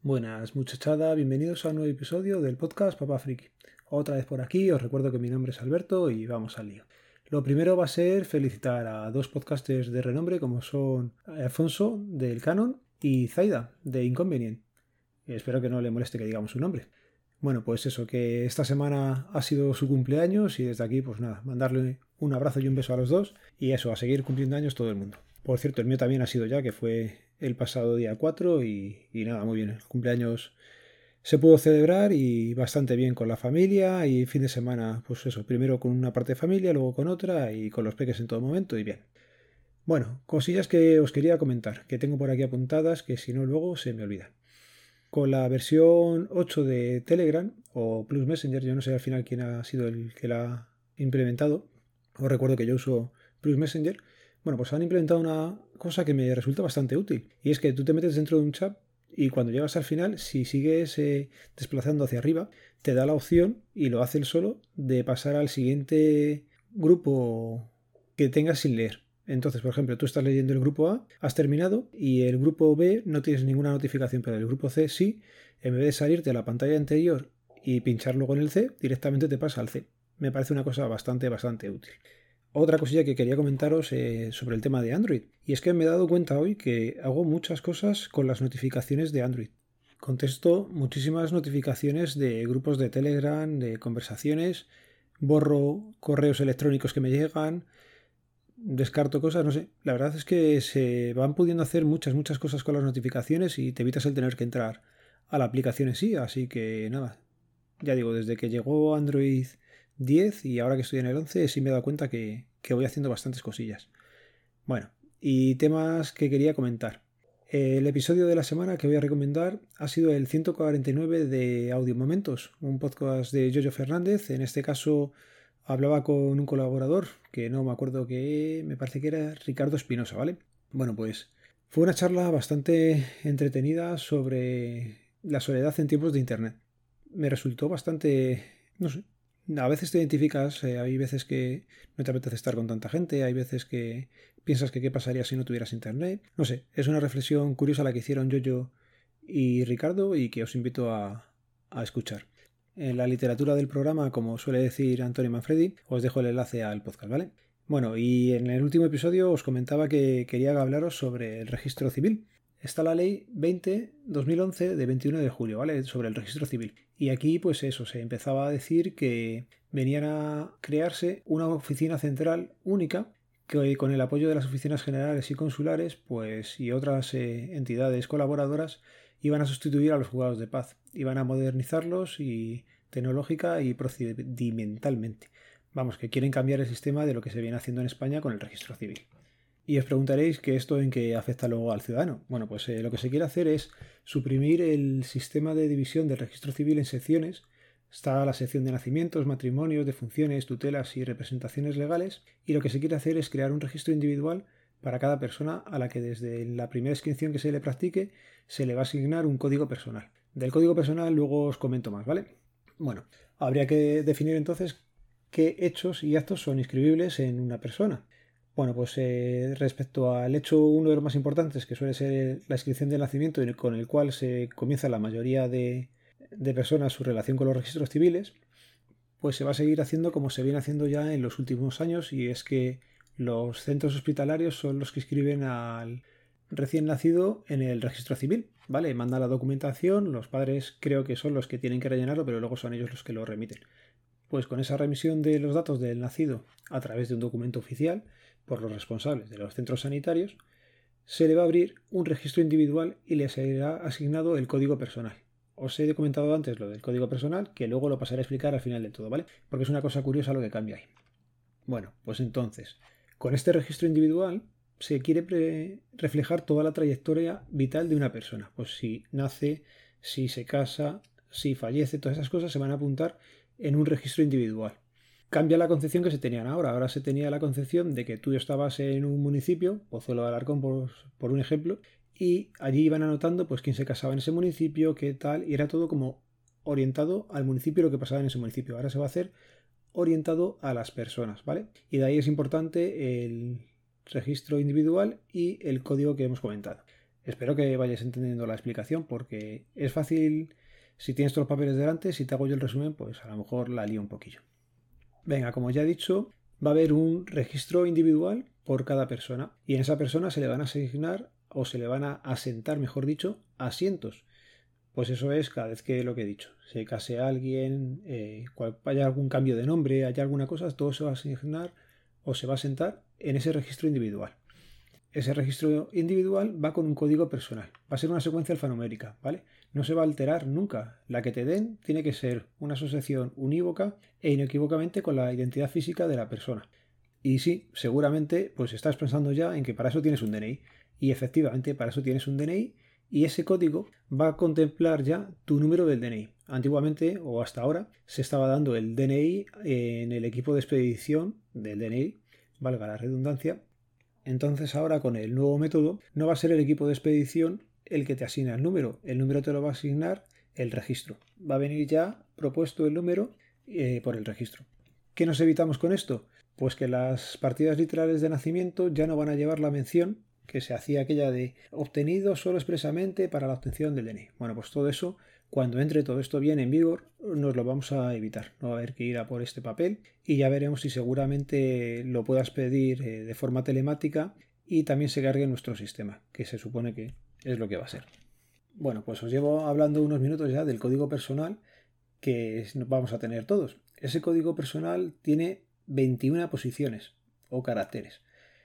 Buenas muchachada, bienvenidos a un nuevo episodio del podcast Papá Friki. Otra vez por aquí, os recuerdo que mi nombre es Alberto y vamos al lío. Lo primero va a ser felicitar a dos podcasters de renombre como son Alfonso del Canon y Zaida de Inconvenient. Espero que no le moleste que digamos su nombre. Bueno, pues eso, que esta semana ha sido su cumpleaños y desde aquí pues nada, mandarle un abrazo y un beso a los dos y eso, a seguir cumpliendo años todo el mundo. Por cierto, el mío también ha sido ya, que fue el pasado día 4 y nada, muy bien, el cumpleaños se pudo celebrar y bastante bien con la familia y fin de semana, pues eso, primero con una parte de familia, luego con otra y con los peques en todo momento y bien. Bueno, cosillas que os quería comentar, que tengo por aquí apuntadas, que si no luego se me olvidan. Con la versión 8 de Telegram o Plus Messenger, yo no sé al final quién ha sido el que la ha implementado, os recuerdo que yo uso Plus Messenger. Bueno, pues han implementado una cosa que me resulta bastante útil y es que tú te metes dentro de un chat y cuando llegas al final, si sigues desplazando hacia arriba, te da la opción, y lo hace él solo, de pasar al siguiente grupo que tengas sin leer. Entonces, por ejemplo, tú estás leyendo el grupo A, has terminado y el grupo B no tienes ninguna notificación, pero el grupo C sí. En vez de salirte a la pantalla anterior y pinchar luego en el C, directamente te pasa al C. Me parece una cosa bastante útil. Otra cosilla que quería comentaros sobre el tema de Android, y es que me he dado cuenta hoy que hago muchas cosas con las notificaciones de Android. Contesto muchísimas notificaciones de grupos de Telegram, de conversaciones, borro correos electrónicos que me llegan, descarto cosas, no sé. La verdad es que se van pudiendo hacer muchas cosas con las notificaciones y te evitas el tener que entrar a la aplicación en sí, así que nada. Ya digo, desde que llegó Android 10 y ahora que estoy en el 11 sí me he dado cuenta que voy haciendo bastantes cosillas. Bueno, y temas que quería comentar. El episodio de la semana que voy a recomendar ha sido el 149 de Audio Momentos, un podcast de Yoyo Fernández. En este caso hablaba con un colaborador que no me acuerdo, que me parece que era Ricardo Espinosa, ¿vale? Bueno, pues fue una charla bastante entretenida sobre la soledad en tiempos de Internet. Me resultó bastante, no sé, a veces te identificas, hay veces que no te apetece estar con tanta gente, hay veces que piensas que qué pasaría si no tuvieras internet. No sé, es una reflexión curiosa la que hicieron Yoyo y Ricardo y que os invito a escuchar. En la literatura del programa, como suele decir Antonio Manfredi, os dejo el enlace al podcast, ¿vale? Bueno, y en el último episodio os comentaba que quería hablaros sobre el registro civil. Está la ley 20-2011 de 21 de julio, ¿vale? Sobre el registro civil. Y aquí, pues eso, se empezaba a decir que venían a crearse una oficina central única que con el apoyo de las oficinas generales y consulares, pues, y otras entidades colaboradoras, iban a sustituir a los juzgados de paz, iban a modernizarlos y tecnológica y procedimentalmente. Vamos, que quieren cambiar el sistema de lo que se viene haciendo en España con el registro civil. Y os preguntaréis que esto en qué afecta luego al ciudadano. Bueno, pues lo que se quiere hacer es suprimir el sistema de división del registro civil en secciones. Está la sección de nacimientos, matrimonios, defunciones, tutelas y representaciones legales, y lo que se quiere hacer es crear un registro individual para cada persona a la que desde la primera inscripción que se le practique se le va a asignar un código personal. Del código personal luego os comento más, ¿vale? Bueno, habría que definir entonces qué hechos y actos son inscribibles en una persona. Bueno, pues respecto al hecho, uno de los más importantes, que suele ser la inscripción de nacimiento, con el cual se comienza la mayoría de personas su relación con los registros civiles, pues se va a seguir haciendo como se viene haciendo ya en los últimos años, y es que los centros hospitalarios son los que inscriben al recién nacido en el registro civil, ¿vale? Mandan la documentación, los padres creo que son los que tienen que rellenarlo, pero luego son ellos los que lo remiten. Pues con esa remisión de los datos del nacido a través de un documento oficial por los responsables de los centros sanitarios, se le va a abrir un registro individual y le será asignado el código personal. Os he comentado antes lo del código personal, que luego lo pasaré a explicar al final de todo, ¿vale? Porque es una cosa curiosa lo que cambia ahí. Bueno, pues entonces, con este registro individual se quiere reflejar toda la trayectoria vital de una persona. Pues si nace, si se casa, si fallece, todas esas cosas se van a apuntar en un registro individual. Cambia la concepción que se tenían ahora. Ahora se tenía la concepción de que tú estabas en un municipio, Pozuelo de Alarcón por un ejemplo, y allí iban anotando pues quién se casaba en ese municipio, qué tal, y era todo como orientado al municipio, lo que pasaba en ese municipio. Ahora se va a hacer orientado a las personas, ¿vale? Y de ahí es importante el registro individual y el código que hemos comentado. Espero que vayáis entendiendo la explicación porque es fácil si tienes todos los papeles delante. Si te hago yo el resumen, pues a lo mejor la lío un poquillo. Venga, como ya he dicho, va a haber un registro individual por cada persona y en esa persona se le van a asignar o se le van a asentar, mejor dicho, asientos. Pues eso es cada vez que lo que he dicho. Se case alguien, haya algún cambio de nombre, haya alguna cosa, todo se va a asignar o se va a sentar en ese registro individual. Ese registro individual va con un código personal. Va a ser una secuencia alfanumérica, ¿vale? No se va a alterar nunca. La que te den tiene que ser una asociación unívoca e inequívocamente con la identidad física de la persona. Y sí, seguramente pues estás pensando ya en que para eso tienes un DNI. Y efectivamente, para eso tienes un DNI y ese código va a contemplar ya tu número del DNI. Antiguamente o hasta ahora se estaba dando el DNI en el equipo de expedición del DNI, valga la redundancia. Entonces ahora con el nuevo método no va a ser el equipo de expedición el que te asigna el número te lo va a asignar el registro. Va a venir ya propuesto el número por el registro. ¿Qué nos evitamos con esto? Pues que las partidas literales de nacimiento ya no van a llevar la mención que se hacía aquella de obtenido solo expresamente para la obtención del DNI. Bueno, pues todo eso, cuando entre todo esto bien en vigor, nos lo vamos a evitar. No va a haber que ir a por este papel y ya veremos si seguramente lo puedas pedir de forma telemática y también se cargue en nuestro sistema, que se supone que es lo que va a ser. Bueno, pues os llevo hablando unos minutos ya del código personal que vamos a tener todos. Ese código personal tiene 21 posiciones o caracteres.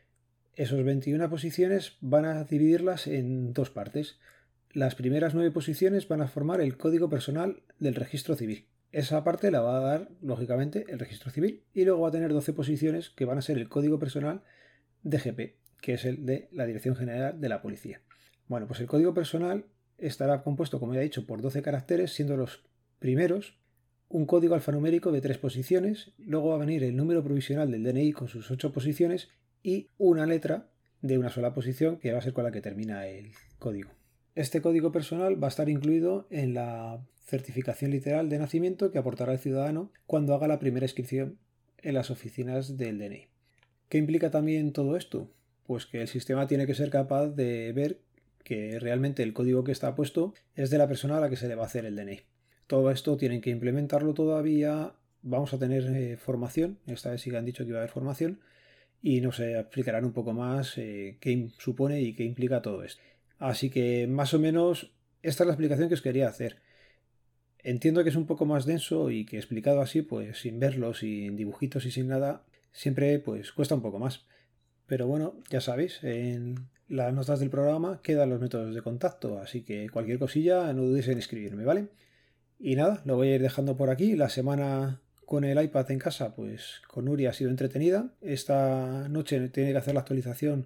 Esos 21 posiciones van a dividirlas en dos partes. Las primeras 9 posiciones van a formar el código personal del registro civil. Esa parte la va a dar, lógicamente, el registro civil y luego va a tener 12 posiciones que van a ser el código personal DGP, que es el de la Dirección General de la Policía. Bueno, pues el código personal estará compuesto, como ya he dicho, por 12 caracteres, siendo los primeros un código alfanumérico de 3 posiciones, luego va a venir el número provisional del DNI con sus 8 posiciones y una letra de una sola posición que va a ser con la que termina el código. Este código personal va a estar incluido en la certificación literal de nacimiento que aportará el ciudadano cuando haga la primera inscripción en las oficinas del DNI. ¿Qué implica también todo esto? Pues que el sistema tiene que ser capaz de ver que realmente el código que está puesto es de la persona a la que se le va a hacer el DNI. Todo esto tienen que implementarlo todavía. Vamos a tener formación, esta vez sí que han dicho que iba a haber formación, y nos explicarán un poco más qué supone y qué implica todo esto. Así que más o menos esta es la explicación que os quería hacer. Entiendo que es un poco más denso y que explicado así, pues sin verlo, sin dibujitos y sin nada, siempre pues cuesta un poco más. Pero bueno, ya sabéis, en las notas del programa quedan los métodos de contacto, así que cualquier cosilla no dudéis en escribirme, ¿vale? Y nada, lo voy a ir dejando por aquí. La semana con el iPad en casa, pues con Uri ha sido entretenida. Esta noche tiene que hacer la actualización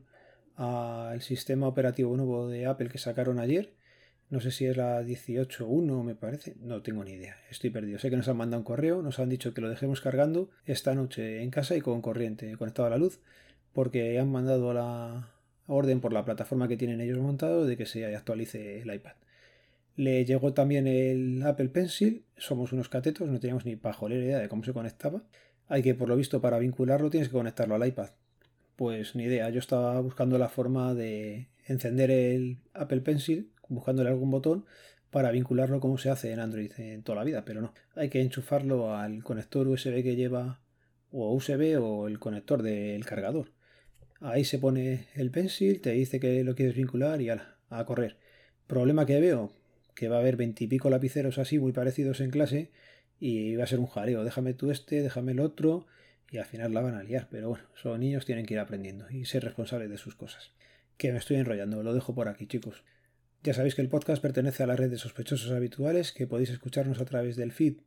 al sistema operativo nuevo de Apple que sacaron ayer. No sé si es la 18.1, me parece. No tengo ni idea. Estoy perdido. Sé que nos han mandado un correo. Nos han dicho que lo dejemos cargando esta noche en casa y con corriente conectado a la luz. Porque han mandado la orden por la plataforma que tienen ellos montado de que se actualice el iPad. Le llegó también el Apple Pencil. Somos unos catetos, no teníamos ni pajolera idea de cómo se conectaba. Hay que, por lo visto, para vincularlo tienes que conectarlo al iPad. Pues ni idea, yo estaba buscando la forma de encender el Apple Pencil, buscándole algún botón para vincularlo como se hace en Android en toda la vida, pero no. Hay que enchufarlo al conector USB que lleva, o USB o el conector del cargador. Ahí se pone el Pencil, te dice que lo quieres vincular y ala, a correr. Problema que veo, que va a haber 20 y pico lapiceros así muy parecidos en clase y va a ser un jaleo. Déjame tú este, déjame el otro y al final la van a liar. Pero bueno, son niños, tienen que ir aprendiendo y ser responsables de sus cosas. Que me estoy enrollando, lo dejo por aquí, chicos. Ya sabéis que el podcast pertenece a la red de sospechosos habituales, que podéis escucharnos a través del feed,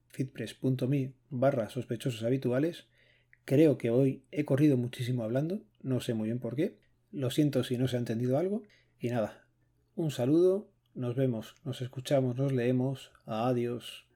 feedpress.me/sospechosos habituales. Creo que hoy he corrido muchísimo hablando, no sé muy bien por qué. Lo siento si no se ha entendido algo. Y nada, un saludo, nos vemos, nos escuchamos, nos leemos. Adiós.